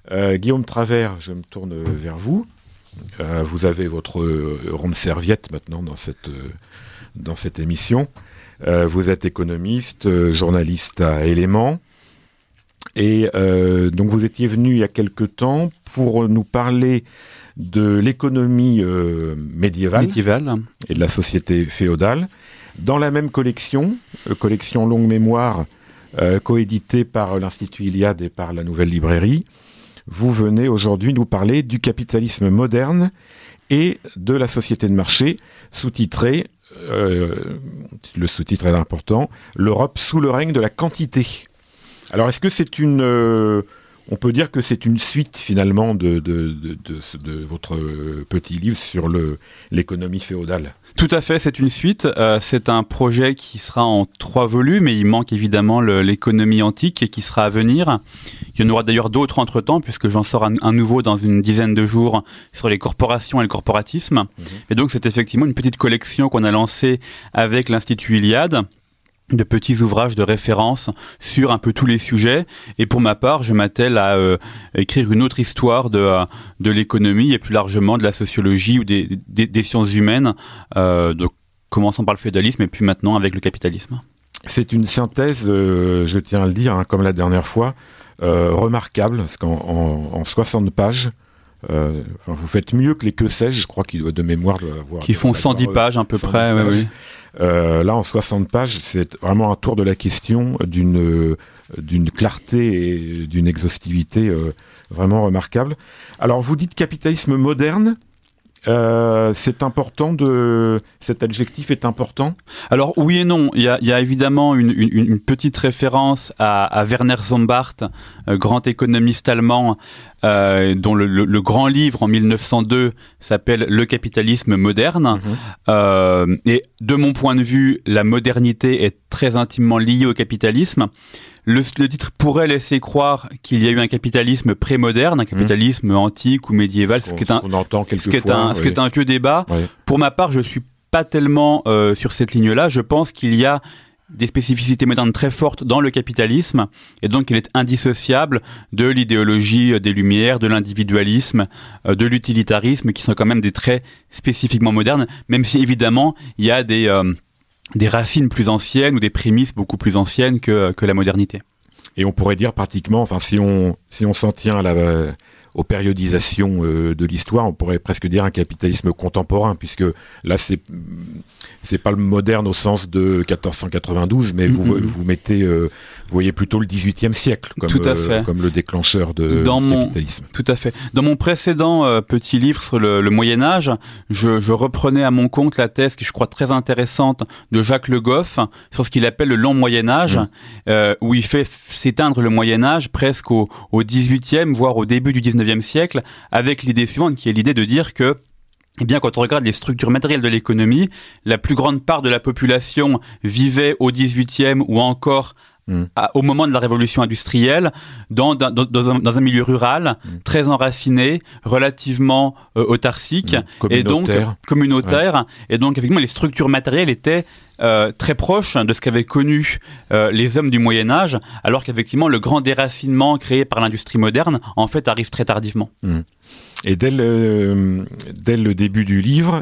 Guillaume Travers, je me tourne vers vous. Vous avez votre ronde serviette maintenant dans cette émission. Vous êtes économiste, journaliste à Éléments. Et donc vous étiez venu il y a quelque temps pour nous parler de l'économie médiévale et de la société féodale. Dans la même collection Longue Mémoire, coéditée par l'Institut Iliade et par la Nouvelle Librairie, vous venez aujourd'hui nous parler du capitalisme moderne et de la société de marché, sous-titré, le sous-titre est important, l'Europe sous le règne de la quantité. Alors est-ce que c'est on peut dire que c'est une suite finalement de votre petit livre sur l'économie féodale? Tout à fait, c'est une suite. C'est un projet qui sera en 3 volumes et il manque évidemment l'économie antique et qui sera à venir. Il y en aura d'ailleurs d'autres entre-temps puisque j'en sors un nouveau dans une dizaine de jours sur les corporations et le corporatisme. Et donc c'est effectivement une petite collection qu'on a lancée avec l'Institut Iliade, de petits ouvrages de référence sur un peu tous les sujets. Et pour ma part, je m'attelle à écrire une autre histoire de l'économie et plus largement de la sociologie ou des sciences humaines, donc commençant par le féodalisme et puis maintenant avec le capitalisme. C'est une synthèse, je tiens à le dire, comme la dernière fois, remarquable, parce qu'en 60 pages, vous faites mieux que les Que sais-je, je crois qu'il doit de mémoire avoir... Qui font 110 pages à peu près, oui. Là, en 60 pages, c'est vraiment un tour de la question d'une clarté et d'une exhaustivité vraiment remarquable. Alors, vous dites capitalisme moderne. C'est important cet adjectif est important? Alors oui et non. Il y a évidemment une petite référence à Werner Sombart, grand économiste allemand, dont le grand livre en 1902 s'appelle Le capitalisme moderne. Et de mon point de vue, la modernité est très intimement liée au capitalisme. Le titre pourrait laisser croire qu'il y a eu un capitalisme pré-moderne, un capitalisme antique ou médiéval, ce qui est un vieux débat. Ouais. Pour ma part, je suis pas tellement sur cette ligne-là. Je pense qu'il y a des spécificités modernes très fortes dans le capitalisme, et donc il est indissociable de l'idéologie des Lumières, de l'individualisme, de l'utilitarisme, qui sont quand même des traits spécifiquement modernes, même si évidemment il y a des racines plus anciennes ou des prémices beaucoup plus anciennes que la modernité. Et on pourrait dire pratiquement, si on s'en tient aux périodisations de l'histoire, on pourrait presque dire un capitalisme contemporain, puisque là c'est pas le moderne au sens de 1492, mais vous mettez, vous voyez plutôt le XVIIIe siècle comme le déclencheur du capitalisme. Tout à fait. Dans mon précédent petit livre sur le Moyen Âge, je reprenais à mon compte la thèse qui je crois très intéressante de Jacques Le Goff sur ce qu'il appelle le long Moyen Âge, où il fait s'éteindre le Moyen Âge presque au XVIIIe, voire au début du XIXe siècle, avec l'idée suivante, qui est l'idée de dire que, eh bien, quand on regarde les structures matérielles de l'économie, la plus grande part de la population vivait au XVIIIe ou encore au moment de la révolution industrielle dans un milieu rural très enraciné, relativement autarcique et donc communautaire. Ouais. Et donc effectivement les structures matérielles étaient très proches de ce qu'avaient connu les hommes du Moyen Âge, alors qu'effectivement le grand déracinement créé par l'industrie moderne en fait arrive très tardivement. Et dès le début du livre,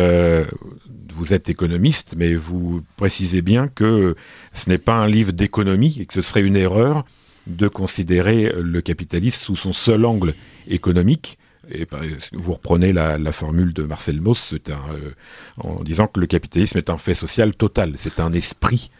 vous êtes économiste, mais vous précisez bien que ce n'est pas un livre d'économie et que ce serait une erreur de considérer le capitalisme sous son seul angle économique. Et vous reprenez la formule de Marcel Mauss en disant que le capitalisme est un fait social total, c'est un esprit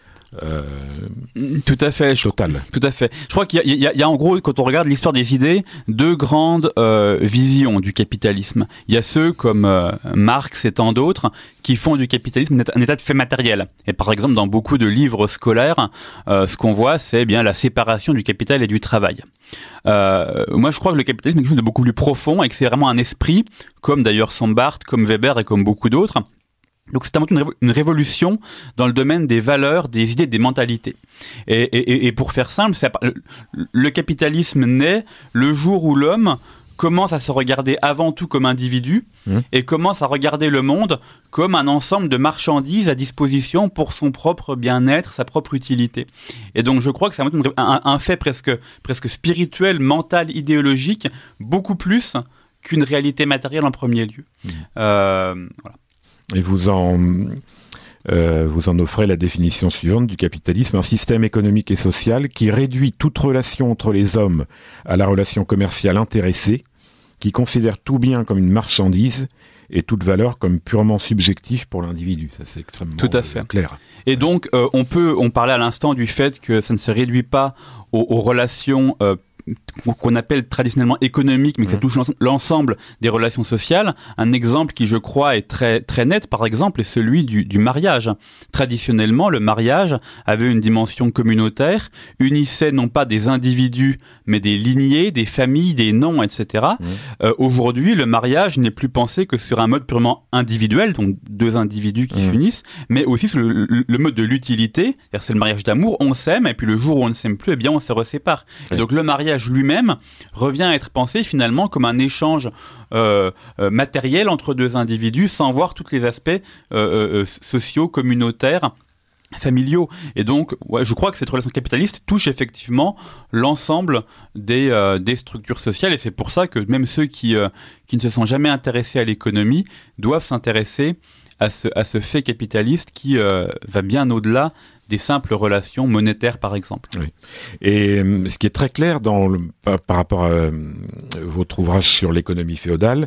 tout à fait. Total. Tout à fait. Je crois qu'il y a en gros, quand on regarde l'histoire des idées, 2 grandes visions du capitalisme. Il y a ceux comme Marx et tant d'autres qui font du capitalisme un état de fait matériel. Et par exemple, dans beaucoup de livres scolaires, ce qu'on voit, c'est bien la séparation du capital et du travail. Moi, je crois que le capitalisme est quelque chose de beaucoup plus profond et que c'est vraiment un esprit, comme d'ailleurs Sombart, comme Weber et comme beaucoup d'autres. Donc c'est avant tout une révolution dans le domaine des valeurs, des idées, des mentalités. Et pour faire simple, le capitalisme naît le jour où l'homme commence à se regarder avant tout comme individu et commence à regarder le monde comme un ensemble de marchandises à disposition pour son propre bien-être, sa propre utilité. Et donc je crois que c'est un fait presque spirituel, mental, idéologique, beaucoup plus qu'une réalité matérielle en premier lieu. Voilà. Et vous en offrez la définition suivante du capitalisme: un système économique et social qui réduit toute relation entre les hommes à la relation commerciale intéressée, qui considère tout bien comme une marchandise et toute valeur comme purement subjective pour l'individu. Ça, c'est extrêmement tout à fait clair. Et donc, on parlait à l'instant du fait que ça ne se réduit pas aux relations qu'on appelle traditionnellement économiques, mais que ça touche l'ensemble des relations sociales. Un exemple qui, je crois, est très, très net, par exemple, est celui du mariage. Traditionnellement, le mariage avait une dimension communautaire, unissait non pas des individus, mais des lignées, des familles, des noms, etc. Aujourd'hui, le mariage n'est plus pensé que sur un mode purement individuel, donc deux individus qui s'unissent, mais aussi sur le mode de l'utilité, c'est-à-dire c'est le mariage d'amour, on s'aime, et puis le jour où on ne s'aime plus, eh bien on se resépare. Et donc le mariage lui-même revient à être pensé finalement comme un échange matériel entre deux individus, sans voir tous les aspects sociaux, communautaires, familiaux. Et donc, je crois que cette relation capitaliste touche effectivement l'ensemble des structures sociales, et c'est pour ça que même ceux qui ne se sont jamais intéressés à l'économie doivent s'intéresser à ce fait capitaliste qui va bien au-delà des simples relations monétaires, par exemple. Oui. Et ce qui est très clair par rapport à votre ouvrage sur l'économie féodale,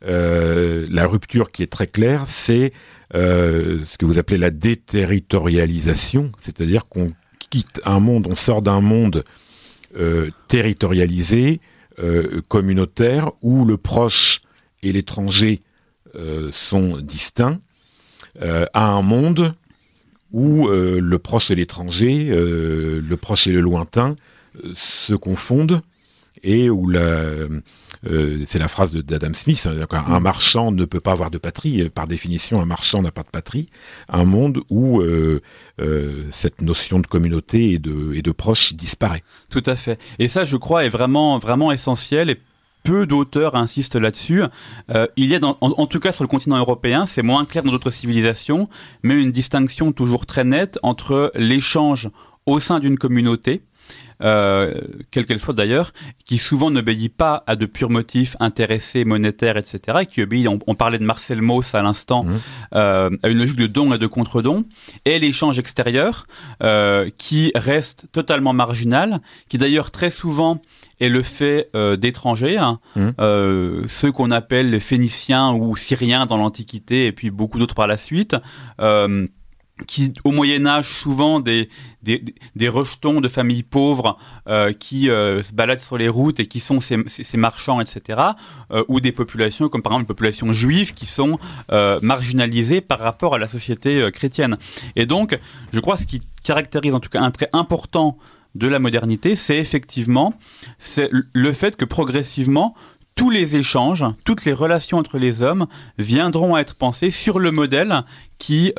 la rupture qui est très claire, c'est ce que vous appelez la déterritorialisation, c'est-à-dire qu'on quitte un monde, on sort d'un monde territorialisé, communautaire, où le proche et l'étranger sont distincts, à un monde où le proche et l'étranger, le proche et le lointain se confondent, et où c'est la phrase d'Adam Smith, un marchand ne peut pas avoir de patrie, par définition un marchand n'a pas de patrie, un monde où cette notion de communauté et de proche disparaît. Tout à fait. Et ça, je crois, est vraiment, vraiment essentiel, et peu d'auteurs insistent là-dessus. Il y a, en tout cas sur le continent européen, c'est moins clair dans d'autres civilisations, mais une distinction toujours très nette entre l'échange au sein d'une communauté, quelle qu'elle soit d'ailleurs, qui souvent n'obéit pas à de purs motifs intéressés, monétaires, etc., et qui obéit, on parlait de Marcel Mauss à l'instant, à une logique de don et de contre-don, et l'échange extérieur, qui reste totalement marginal, qui d'ailleurs très souvent est le fait d'étrangers, ceux qu'on appelle les Phéniciens ou Syriens dans l'Antiquité, et puis beaucoup d'autres par la suite, qui au Moyen-Âge souvent des rejetons de familles pauvres qui se baladent sur les routes et qui sont ces marchands, etc., ou des populations comme par exemple les populations juives qui sont marginalisées par rapport à la société chrétienne. Et donc, je crois ce qui caractérise en tout cas un trait important de la modernité, c'est effectivement le fait que progressivement tous les échanges, toutes les relations entre les hommes viendront à être pensées sur le modèle qui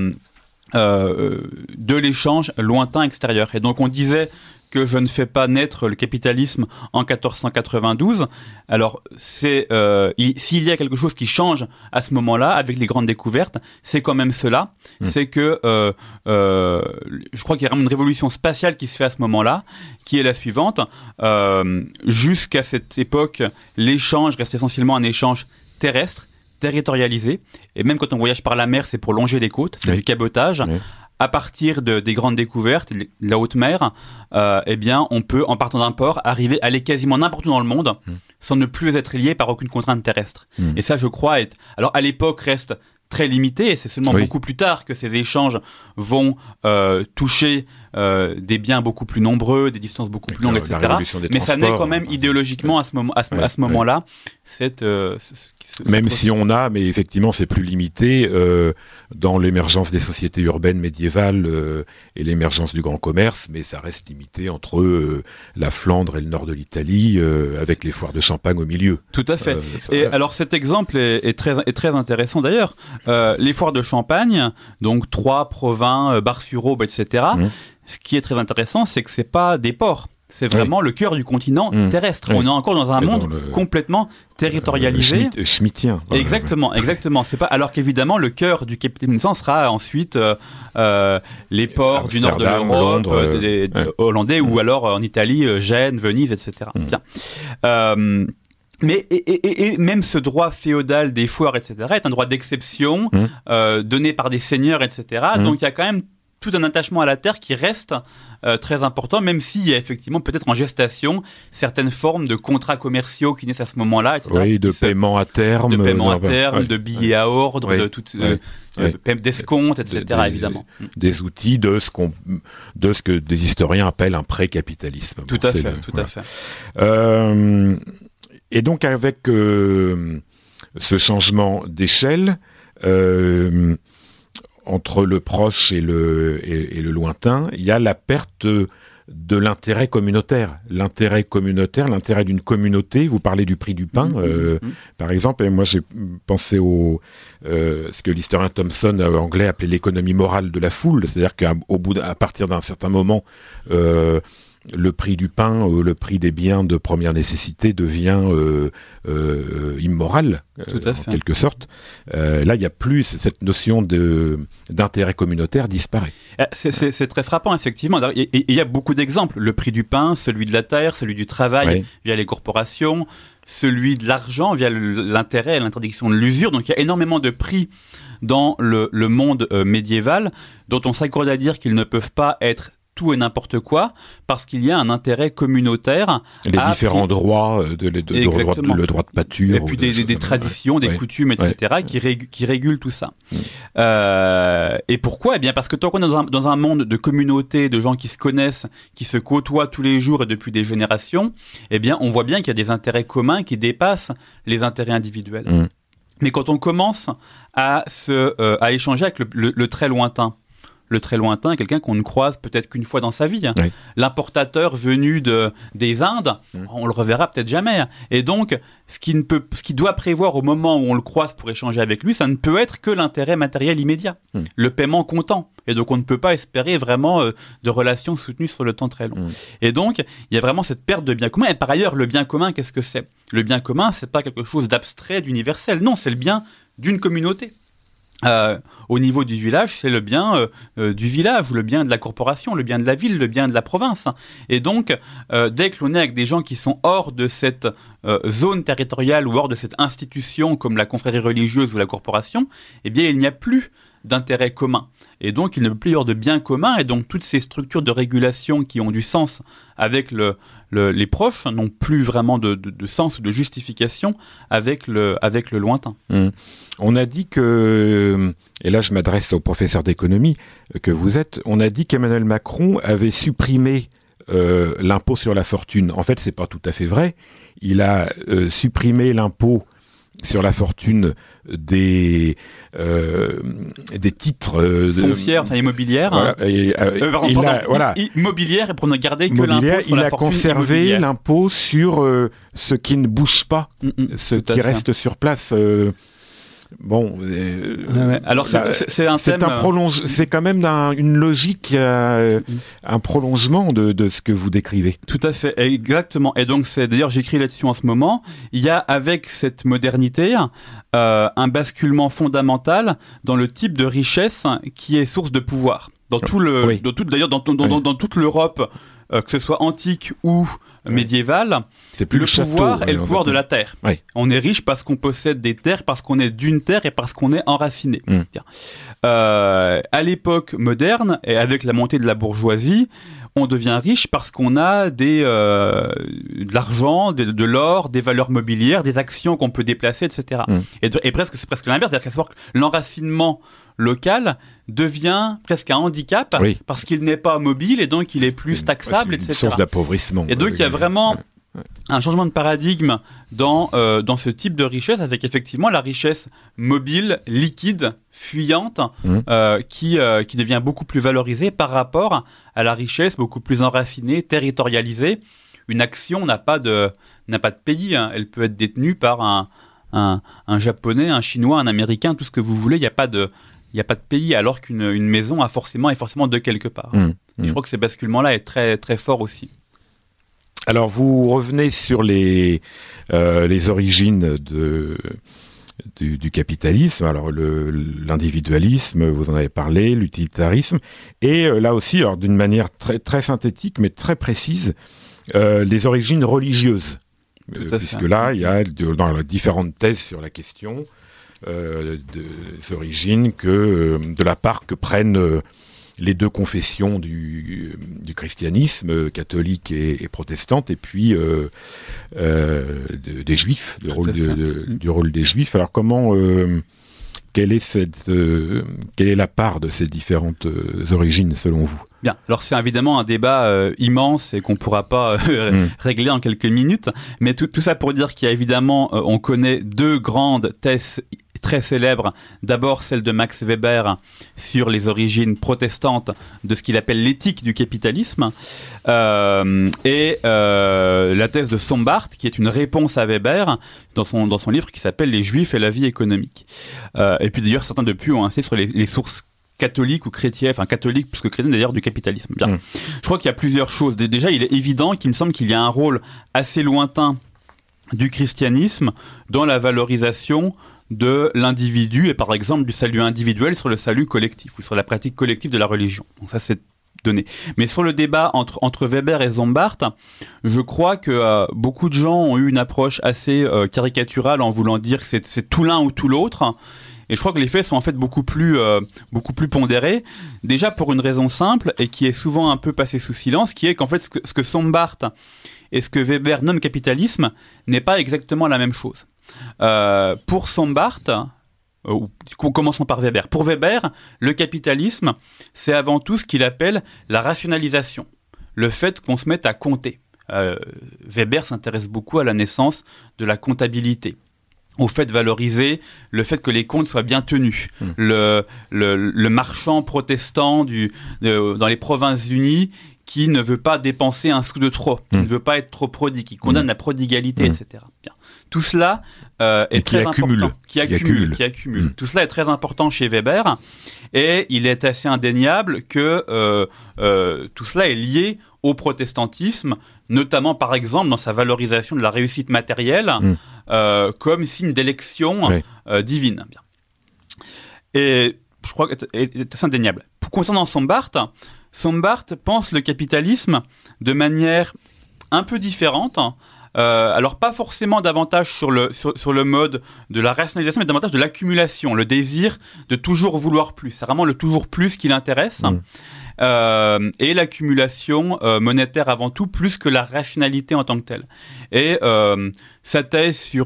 de l'échange lointain extérieur. Et donc on disait que je ne fais pas naître le capitalisme en 1492. Alors s'il y a quelque chose qui change à ce moment-là avec les grandes découvertes, c'est quand même cela. C'est que je crois qu'il y a vraiment une révolution spatiale qui se fait à ce moment-là, qui est la suivante. Jusqu'à cette époque, l'échange reste essentiellement un échange terrestre, territorialisé, et même quand on voyage par la mer, c'est pour longer les côtes, c'est du cabotage. À partir des grandes découvertes, de la haute mer, eh bien, on peut, en partant d'un port, aller quasiment n'importe où dans le monde, sans ne plus être lié par aucune contrainte terrestre. Et ça, je crois, alors à l'époque, reste très limité, et c'est seulement beaucoup plus tard que ces échanges vont toucher des biens beaucoup plus nombreux, des distances beaucoup plus longues, etc. Mais ça naît quand même idéologiquement à ce moment-là. Même si mais effectivement c'est plus limité dans l'émergence des sociétés urbaines médiévales et l'émergence du grand commerce, mais ça reste limité entre la Flandre et le nord de l'Italie, avec les foires de Champagne au milieu. Tout à fait. Alors cet exemple est très intéressant d'ailleurs. Les foires de Champagne, donc Troyes, Provins, Bar-sur-Aube, etc. Ce qui est très intéressant, c'est que c'est pas des ports. c'est vraiment le cœur du continent terrestre. On est encore dans un monde complètement territorialisé. Schmittien. Exactement. C'est pas, alors qu'évidemment, le cœur du capitalisme sera ensuite les ports du nord de l'Europe, hollandais, ou alors en Italie, Gênes, Venise, etc. Bien. Mais et même ce droit féodal des foires, etc., est un droit d'exception donné par des seigneurs, etc. Donc il y a quand même tout un attachement à la terre qui reste très important, même s'il y a effectivement peut-être en gestation certaines formes de contrats commerciaux qui naissent à ce moment-là, etc. Oui, de paiement à terme. De paiement à terme, de billets à ordre, de toutes... d'escomptes, etc. Évidemment. Des outils de ce que des historiens appellent un pré-capitalisme. Tout à fait. Et donc avec ce changement d'échelle entre le proche et le lointain, il y a la perte de l'intérêt communautaire. L'intérêt d'une communauté. Vous parlez du prix du pain, par exemple. Et moi, j'ai pensé ce que l'historien Thomson anglais appelait l'économie morale de la foule. C'est-à-dire qu'à partir d'un certain moment, le prix du pain, le prix des biens de première nécessité devient immoral, en quelque sorte. Là, il n'y a plus cette notion d'intérêt communautaire disparaît. C'est très frappant, effectivement. Il y a beaucoup d'exemples. Le prix du pain, celui de la terre, celui du travail via les corporations, celui de l'argent via l'intérêt et l'interdiction de l'usure. Donc il y a énormément de prix dans le monde médiéval dont on s'accorde à dire qu'ils ne peuvent pas être tout et n'importe quoi, parce qu'il y a un intérêt communautaire. Les différents droits, le droit de pâture. Et puis des traditions, des coutumes, etc., qui régulent tout ça. Et pourquoi ? Eh bien, parce que tant qu'on est dans un monde de communautés, de gens qui se connaissent, qui se côtoient tous les jours et depuis des générations, eh bien, on voit bien qu'il y a des intérêts communs qui dépassent les intérêts individuels. Mais quand on commence à échanger avec le très lointain, le très lointain, quelqu'un qu'on ne croise peut-être qu'une fois dans sa vie. L'importateur venu des Indes, on le reverra peut-être jamais. Et donc, ce qui doit prévoir au moment où on le croise pour échanger avec lui, ça ne peut être que l'intérêt matériel immédiat, le paiement comptant. Et donc, on ne peut pas espérer vraiment de relations soutenues sur le temps très long. Et donc, il y a vraiment cette perte de bien commun. Et par ailleurs, le bien commun, qu'est-ce que c'est ? Le bien commun, c'est pas quelque chose d'abstrait, d'universel. Non, c'est le bien d'une communauté. Au niveau du village, c'est le bien du village, ou le bien de la corporation, le bien de la ville, le bien de la province. Et donc, dès que l'on est avec des gens qui sont hors de cette zone territoriale ou hors de cette institution comme la confrérie religieuse ou la corporation, eh bien, il n'y a plus d'intérêt commun. Et donc, il ne peut plus y avoir de bien commun. Et donc, toutes ces structures de régulation qui ont du sens avec les proches n'ont plus vraiment de sens ou de justification avec le lointain. On a dit que, et là je m'adresse au professeur d'économie que vous êtes, on a dit qu'Emmanuel Macron avait supprimé l'impôt sur la fortune. En fait, c'est pas tout à fait vrai. Il a supprimé l'impôt sur la fortune des titres foncières, enfin immobilières. Immobilière, et pour ne garder que l'impôt sur la fortune. Il a conservé l'impôt sur ce qui ne bouge pas, ce qui reste sur place. Alors c'est un thème. C'est quand même une logique, un prolongement de ce que vous décrivez. Tout à fait, exactement. Et donc d'ailleurs j'écris là-dessus en ce moment. Il y a avec cette modernité un basculement fondamental dans le type de richesse qui est source de pouvoir. Dans toute l'Europe, que ce soit antique ou médiévale, c'est plus le pouvoir est le pouvoir de la terre. On est riche parce qu'on possède des terres, parce qu'on est d'une terre et parce qu'on est enraciné. À l'époque moderne, et avec la montée de la bourgeoisie, on devient riche parce qu'on a de l'argent, de l'or, des valeurs mobilières, des actions qu'on peut déplacer, etc. Et c'est presque l'inverse, c'est-à-dire que l'enracinement local devient presque un handicap parce qu'il n'est pas mobile et donc il est plus taxable, etc. C'est une source d'appauvrissement. Et donc il y a vraiment un changement de paradigme dans ce type de richesse, avec effectivement la richesse mobile, liquide, fuyante, qui devient beaucoup plus valorisée par rapport à la richesse beaucoup plus enracinée, territorialisée. Une action n'a pas de pays, elle peut être détenue par un japonais, un chinois, un américain, tout ce que vous voulez, il n'y a pas de pays, alors qu'une maison est forcément de quelque part. Et je crois que ce basculement-là est très, très fort aussi. Alors, vous revenez sur les origines du capitalisme. Alors, l'individualisme, vous en avez parlé, l'utilitarisme, et là aussi, alors d'une manière très très synthétique, mais très précise, les origines religieuses. Puisque là, il y a dans les différentes thèses sur la question des origines de la part que prennent les deux confessions du christianisme, catholique et protestante, et puis des juifs, du rôle des juifs. Alors quelle est la part de ces différentes origines selon vous ? Bien, alors c'est évidemment un débat immense et qu'on ne pourra pas régler en quelques minutes, mais tout ça pour dire qu'il y a évidemment, on connaît deux grandes thèses très célèbres. D'abord celle de Max Weber sur les origines protestantes de ce qu'il appelle l'éthique du capitalisme, et la thèse de Sombart qui est une réponse à Weber dans son livre qui s'appelle Les Juifs et la vie économique. Et puis d'ailleurs certains depuis ont insisté sur les sources catholique ou chrétien, enfin catholique plus que chrétien d'ailleurs, du capitalisme. Bien. Je crois qu'il y a plusieurs choses. Déjà, il est évident qu'il me semble qu'il y a un rôle assez lointain du christianisme dans la valorisation de l'individu et par exemple du salut individuel sur le salut collectif ou sur la pratique collective de la religion. Donc ça, c'est donné. Mais sur le débat entre Weber et Sombart, je crois que beaucoup de gens ont eu une approche assez caricaturale en voulant dire que c'est tout l'un ou tout l'autre. Et je crois que les faits sont en fait beaucoup plus pondérés. Déjà pour une raison simple et qui est souvent un peu passée sous silence, qui est qu'en fait ce que Sombart et ce que Weber nomme capitalisme n'est pas exactement la même chose. Pour Sombart, commençons par Weber. Pour Weber, le capitalisme, c'est avant tout ce qu'il appelle la rationalisation. Le fait qu'on se mette à compter. Weber s'intéresse beaucoup à la naissance de la comptabilité, au fait de valoriser le fait que les comptes soient bien tenus. Le marchand protestant dans les Provinces-Unies qui ne veut pas dépenser un sou de trop, qui ne veut pas être trop prodigue, qui condamne la prodigalité, etc. Bien. Tout cela est très important. Qui accumule. Tout cela est très important chez Weber et il est assez indéniable que tout cela est lié au protestantisme, notamment par exemple dans sa valorisation de la réussite matérielle comme signe d'élection divine. Bien. Et je crois que c'est assez indéniable. Concernant Sombart pense le capitalisme de manière un peu différente. Alors pas forcément davantage sur le mode de la rationalisation, mais davantage de l'accumulation, le désir de toujours vouloir plus. C'est vraiment le toujours plus qui l'intéresse. Et l'accumulation monétaire avant tout, plus que la rationalité en tant que telle. Et sa thèse sur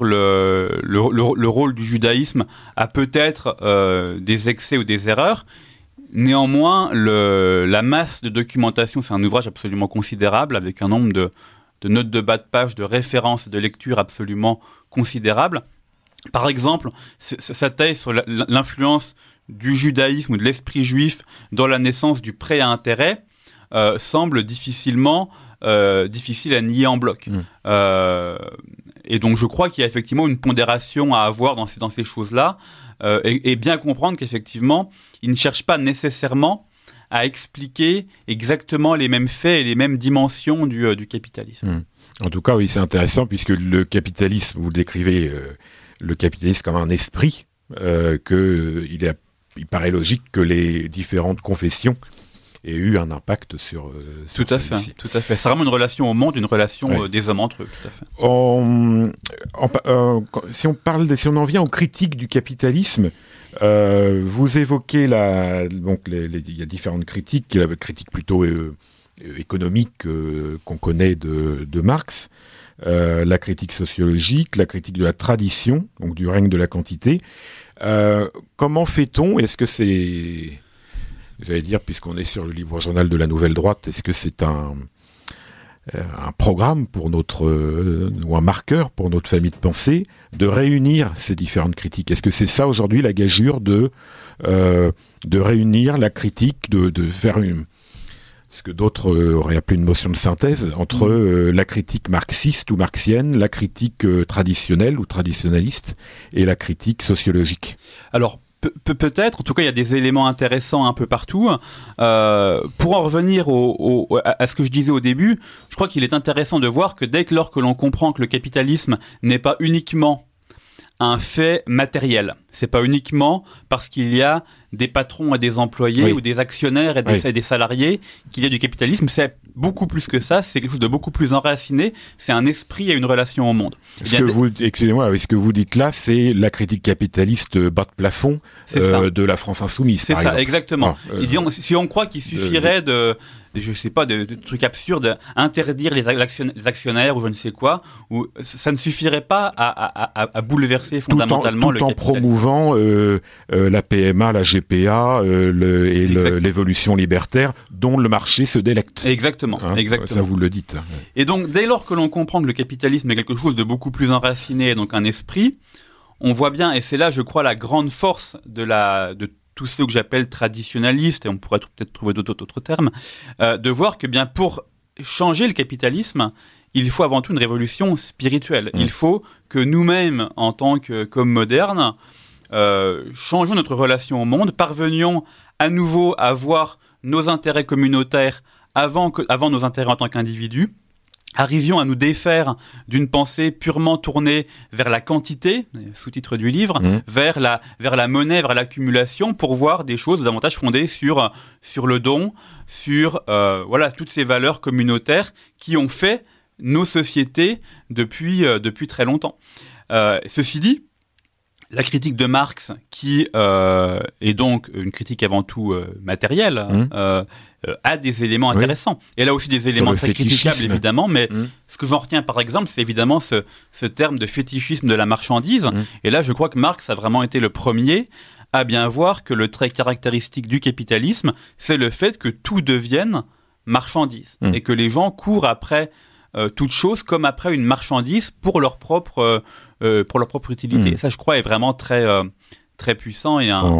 le rôle du judaïsme a peut-être des excès ou des erreurs. Néanmoins, la masse de documentation, c'est un ouvrage absolument considérable, avec un nombre de notes de bas de page, de références et de lectures absolument considérables. Par exemple, sa thèse sur l'influence du judaïsme ou de l'esprit juif dans la naissance du prêt à intérêt semble difficile à nier en bloc. Et donc je crois qu'il y a effectivement une pondération à avoir dans ces choses-là et bien comprendre qu'effectivement, il ne cherche pas nécessairement à expliquer exactement les mêmes faits et les mêmes dimensions du capitalisme. En tout cas, oui, c'est intéressant puisque le capitalisme, vous décrivez le capitalisme comme un esprit, il paraît logique que les différentes confessions aient eu un impact sur tout à fait. C'est vraiment une relation au monde, une relation des hommes entre eux. Tout à fait. Si on en vient aux critiques du capitalisme, vous évoquez il y a différentes critiques, la critique plutôt économique qu'on connaît de Marx, la critique sociologique, la critique de la tradition, donc du règne de la quantité. Comment fait-on ? Est-ce que c'est, j'allais dire, puisqu'on est sur le libre journal de la Nouvelle Droite, est-ce que c'est un programme pour ou un marqueur pour notre famille de pensée de réunir ces différentes critiques ? Est-ce que c'est ça aujourd'hui la gageure de réunir la critique, de faire ce que d'autres auraient appelé une motion de synthèse entre la critique marxiste ou marxienne, la critique traditionnelle ou traditionnaliste et la critique sociologique? Alors, Peut-être, en tout cas, il y a des éléments intéressants un peu partout. Pour en revenir à ce que je disais au début, je crois qu'il est intéressant de voir que dès lors que l'on comprend que le capitalisme n'est pas uniquement un fait matériel, c'est pas uniquement parce qu'il y a des patrons et des employés ou des actionnaires et des salariés qu'il y a du capitalisme, c'est beaucoup plus que ça, c'est quelque chose de beaucoup plus enraciné, c'est un esprit et une relation au monde. Excusez-moi, ce que vous dites là, c'est la critique capitaliste bas de plafond de la France insoumise. C'est par ça, exemple. exactement. Si on croit qu'il suffirait de trucs absurdes, interdire les actionnaires ou je ne sais quoi, ou ça ne suffirait pas à bouleverser fondamentalement le capitalisme. Tout en promouvant la PMA, la GPA l'évolution libertaire dont le marché se délecte. Exactement, exactement. Ça vous le dites. Et donc, dès lors que l'on comprend que le capitalisme est quelque chose de beaucoup plus enraciné, donc un esprit, on voit bien, et c'est là, je crois, la grande force de tous ceux que j'appelle traditionnalistes, et on pourrait peut-être trouver d'autres termes, de voir que bien pour changer le capitalisme, il faut avant tout une révolution spirituelle. Il faut que nous-mêmes, en tant qu'hommes modernes, changeons notre relation au monde, parvenions à nouveau à voir nos intérêts communautaires avant nos intérêts en tant qu'individus, arrivions à nous défaire d'une pensée purement tournée vers la quantité, sous-titre du livre, vers la monnaie, vers l'accumulation, pour voir des choses davantage fondées sur le don, sur toutes ces valeurs communautaires qui ont fait nos sociétés depuis très longtemps. Ceci dit, la critique de Marx, qui est donc une critique avant tout matérielle, a des éléments intéressants. Elle a aussi des éléments très critiquables, évidemment, mais ce que j'en retiens, par exemple, c'est évidemment ce terme de fétichisme de la marchandise. Et là, je crois que Marx a vraiment été le premier à bien voir que le trait caractéristique du capitalisme, c'est le fait que tout devienne marchandise. Et que les gens courent après toute chose comme après une marchandise pour leur propre utilité. Et ça, je crois, est vraiment très puissant.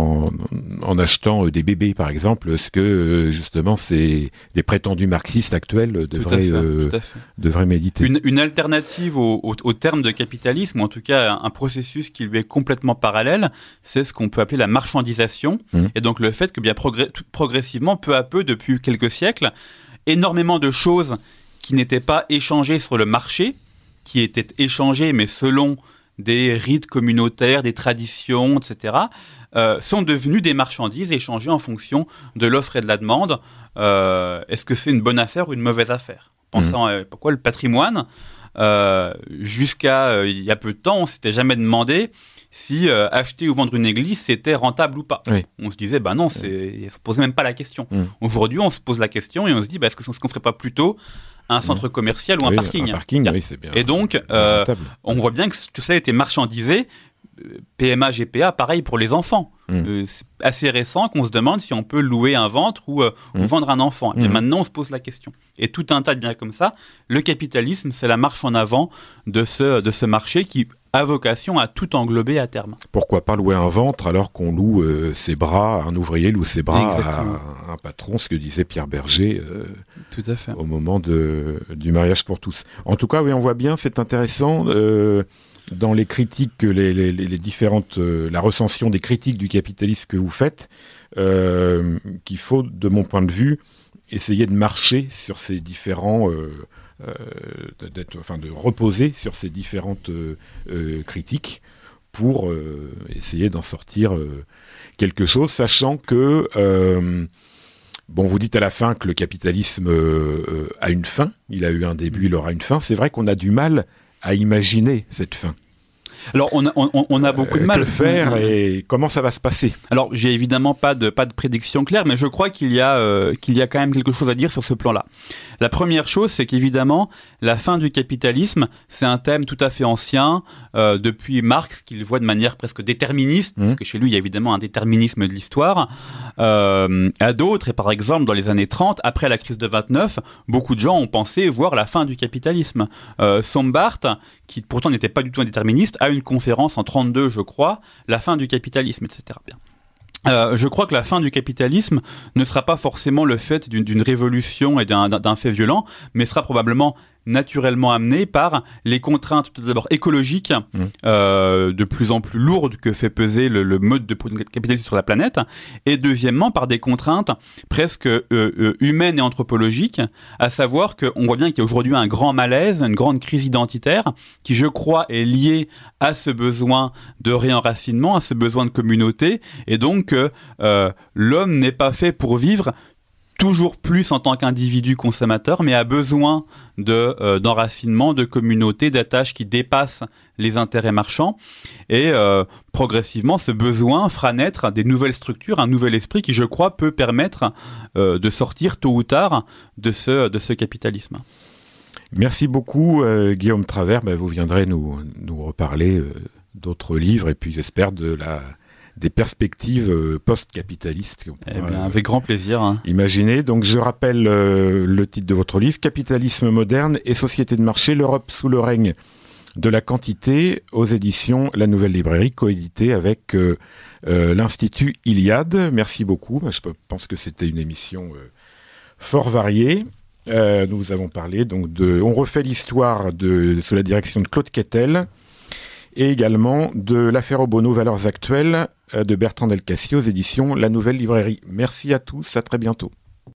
En achetant des bébés, par exemple, ce que, justement, des prétendus marxistes actuels devraient méditer. Une alternative au terme de capitalisme, ou en tout cas un processus qui lui est complètement parallèle, c'est ce qu'on peut appeler la marchandisation. Et donc le fait que bien progressivement, peu à peu, depuis quelques siècles, énormément de choses qui n'étaient pas échangées sur le marché, qui étaient échangées, mais selon des rites communautaires, des traditions, etc., sont devenues des marchandises échangées en fonction de l'offre et de la demande. Est-ce que c'est une bonne affaire ou une mauvaise affaire ? Pensant à pourquoi le patrimoine, jusqu'à il y a peu de temps, on s'était jamais demandé si acheter ou vendre une église, c'était rentable ou pas. On se disait, non, on se posait même pas la question. Aujourd'hui, on se pose la question et on se dit, est-ce qu'on ferait pas plutôt un centre commercial ou un parking. C'est bien. Et donc, on voit bien que tout ça a été marchandisé. PMA, GPA, pareil pour les enfants. C'est assez récent qu'on se demande si on peut louer un ventre ou vendre un enfant. Et maintenant, on se pose la question. Et tout un tas de biens comme ça, le capitalisme, c'est la marche en avant de ce marché qui a vocation à tout englober à terme. Pourquoi pas louer un ventre alors qu'on loue ses bras, un ouvrier loue ses bras à un patron, ce que disait Pierre Berger tout à fait. Au moment du mariage pour tous. En tout cas, oui, on voit bien, c'est intéressant dans les critiques, les différentes, la recension des critiques du capitalisme que vous faites, qu'il faut, de mon point de vue, essayer de marcher sur ces différents de reposer sur ces différentes critiques pour essayer d'en sortir quelque chose, sachant que vous dites à la fin que le capitalisme a une fin, il a eu un début, il aura une fin. C'est vrai qu'on a du mal à imaginer cette fin. Alors on a beaucoup de mal. Que faire et comment ça va se passer ? Alors j'ai évidemment pas de prédiction claire, mais je crois qu'il y a quand même quelque chose à dire sur ce plan-là. La première chose, c'est qu'évidemment la fin du capitalisme, c'est un thème tout à fait ancien depuis Marx, qu'il voit de manière presque déterministe, parce que chez lui il y a évidemment un déterminisme de l'histoire. À d'autres, et par exemple dans les années 30, après la crise de 29, beaucoup de gens ont pensé voir la fin du capitalisme. Sombart, qui pourtant n'était pas du tout un déterministe, a une conférence en 32, je crois, la fin du capitalisme, etc. Bien. Je crois que la fin du capitalisme ne sera pas forcément le fait d'une révolution et d'un fait violent, mais sera probablement naturellement amené par les contraintes tout d'abord écologiques de plus en plus lourdes que fait peser le mode de capitalisme sur la planète, et deuxièmement par des contraintes presque humaines et anthropologiques, à savoir qu'on voit bien qu'il y a aujourd'hui un grand malaise, une grande crise identitaire qui, je crois, est liée à ce besoin de réenracinement, à ce besoin de communauté, et donc l'homme n'est pas fait pour vivre toujours plus en tant qu'individu consommateur, mais a besoin d'enracinement, de communauté, d'attaches qui dépassent les intérêts marchands. Et progressivement, ce besoin fera naître des nouvelles structures, un nouvel esprit qui, je crois, peut permettre de sortir tôt ou tard de ce capitalisme. Merci beaucoup, Guillaume Travers. Vous viendrez nous reparler d'autres livres et puis j'espère des perspectives post-capitalistes. Avec grand plaisir. Imaginer. Donc, je rappelle le titre de votre livre, Capitalisme moderne et société de marché, l'Europe sous le règne de la quantité, aux éditions La Nouvelle Librairie, coédité avec l'Institut Iliade. Merci beaucoup. Je pense que c'était une émission fort variée. Nous avons parlé donc On refait l'histoire sous la direction de Claude Quetel, et également de l'affaire Obono, valeurs actuelles, de Bertrand Delcassy aux éditions La Nouvelle Librairie. Merci à tous, à très bientôt.